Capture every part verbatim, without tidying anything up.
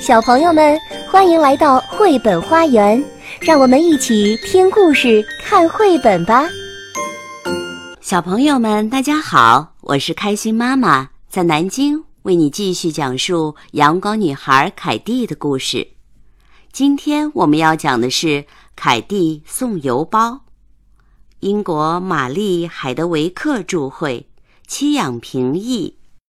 小朋友们，欢迎来到绘本花园，让我们一起听故事、看绘本吧。 小朋友们，大家好，我是开心妈妈，在南京为你继续讲述阳光女孩凯蒂的故事。今天我们要讲的是凯蒂送邮包，英国玛丽·海德维克著绘，戚养平译。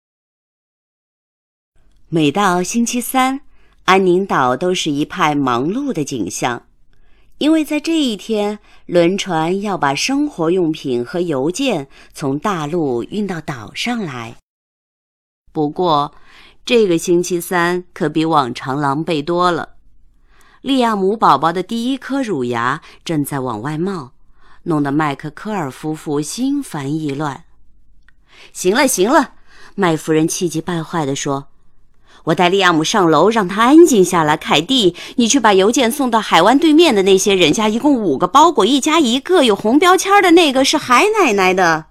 每到星期三，安宁岛都是一派忙碌的景象，因为在这一天，轮船要把生活用品和邮件从大陆运到岛上来。不过，这个星期三可比往常狼狈多了。利亚姆宝宝的第一颗乳牙正在往外冒，弄得麦克科尔夫妇心烦意乱。行了行了，麦夫人气急败坏地说，我带利亚姆上楼，让他安静下来。凯蒂，你去把邮件送到海湾对面的那些人家，一共五个包裹，一家一个，有红标签的那个是海奶奶的。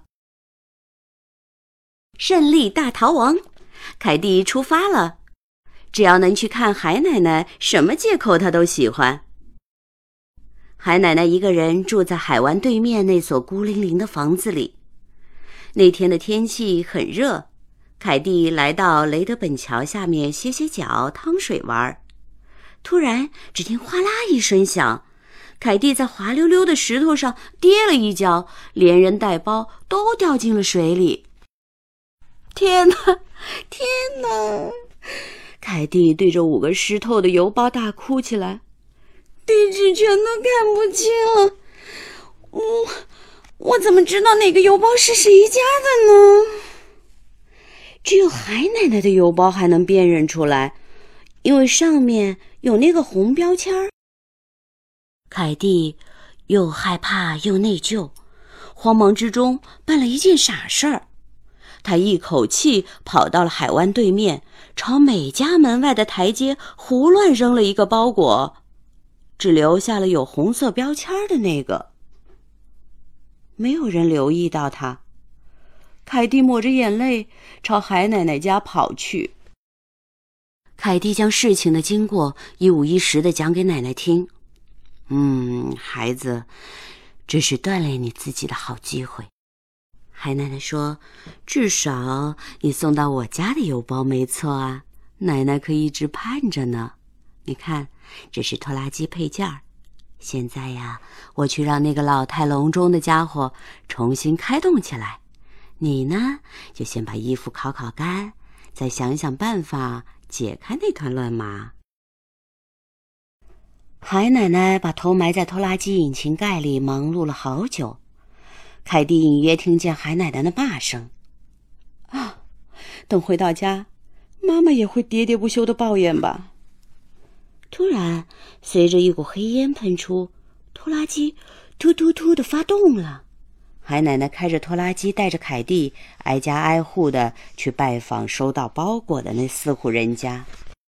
胜利大逃亡，凯蒂出发了。只要能去看海奶奶，什么借口她都喜欢。海奶奶一个人住在海湾对面那所孤零零的房子里。那天的天气很热，凯蒂来到雷德本桥下面歇歇脚、趟水玩。突然，只听哗啦一声响，凯蒂在滑溜溜的石头上跌了一跤，连人带包都掉进了水里。天哪，天哪！凯蒂对着五个湿透的邮包大哭起来，地址全都看不清了。我我怎么知道哪个邮包是谁家的呢？只有海奶奶的邮包还能辨认出来，因为上面有那个红标签。凯蒂又害怕又内疚，慌忙之中办了一件傻事儿。他一口气跑到了海湾对面，朝每家门外的台阶胡乱扔了一个包裹，只留下了有红色标签的那个。没有人留意到他。凯蒂抹着眼泪朝海奶奶家跑去。凯蒂将事情的经过一五一十地讲给奶奶听。嗯，孩子，这是锻炼你自己的好机会。海奶奶说，至少你送到我家的邮包没错啊，奶奶可一直盼着呢。你看，这是拖拉机配件儿。现在呀，我去让那个老态龙钟的家伙重新开动起来。你呢，就先把衣服烤烤干，再想想办法解开那团乱麻。海奶奶把头埋在拖拉机引擎盖里，忙碌了好久。凯蒂隐约听见海奶奶的骂声。啊，等回到家，妈妈也会喋喋不休地抱怨吧。突然，随着一股黑烟喷出，拖拉机突突突地发动了。海奶奶开着拖拉机，带着凯蒂挨家挨户地去拜访收到包裹的那四户人家。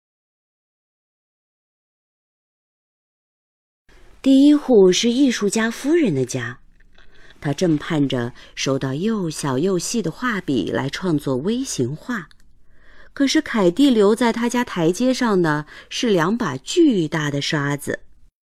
第一户是艺术家夫人的家，她正盼着收到又小又细的画笔来创作微型画。可是凯蒂留在她家台阶上的是两把巨大的刷子。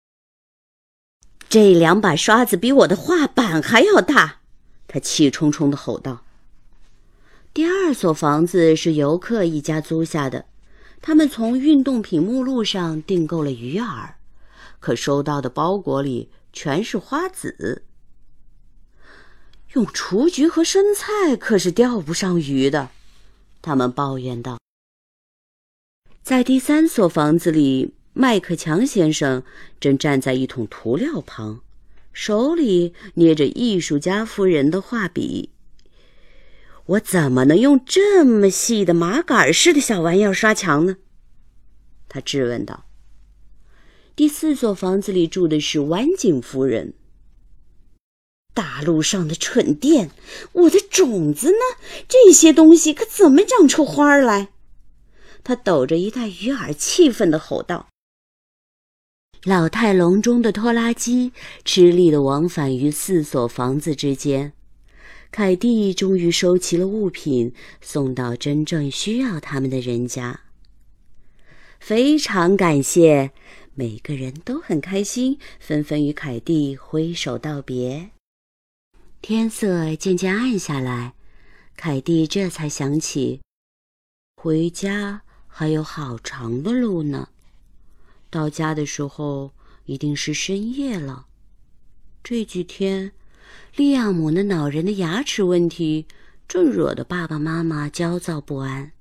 这两把刷子比我的画板还要大，他气冲冲地吼道。第二所房子是游客一家租下的，他们从运动品目录上订购了鱼饵，可收到的包裹里全是花籽。用雏菊和生菜可是钓不上鱼的，他们抱怨道。在第三所房子里，麦克强先生正站在一桶涂料旁，手里捏着艺术家夫人的画笔。我怎么能用这么细的麻杆似的小玩意儿刷墙呢？他质问道。第四所房子里住的是湾景夫人。大陆上的蠢店，我的种子呢？这些东西可怎么长出花来？他抖着一袋鱼饵，气愤地吼道。老态龙钟的拖拉机吃力地往返于四所房子之间。凯蒂终于收齐了物品，送到真正需要他们的人家。 非常感谢。每个人都很开心，纷纷与凯蒂挥手道别。天色渐渐暗下来，凯蒂这才想起，回家还有好长的路呢。到家的时候一定是深夜了。这几天，利亚姆那恼人的牙齿问题正惹得爸爸妈妈焦躁不安。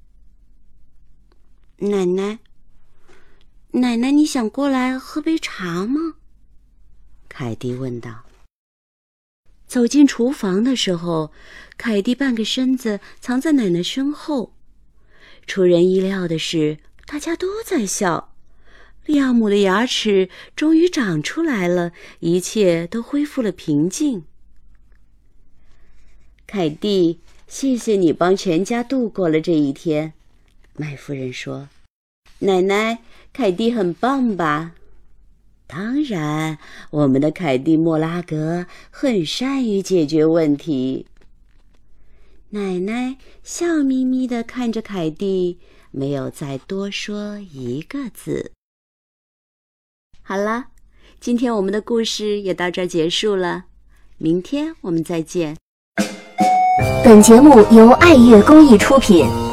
奶奶，奶奶，你想过来喝杯茶吗？凯蒂问道。走进厨房的时候，凯蒂半个身子藏在奶奶身后。出人意料的是，大家都在笑。利亚姆的牙齿终于长出来了，一切都恢复了平静。凯蒂，谢谢你帮全家度过了这一天，麦夫人说。奶奶，凯蒂很棒吧？当然，我们的凯蒂莫拉格很善于解决问题。奶奶笑眯眯地看着凯蒂，没有再多说一个字。好了，今天我们的故事也到这儿结束了，明天我们再见。 本节目由爱乐公益出品。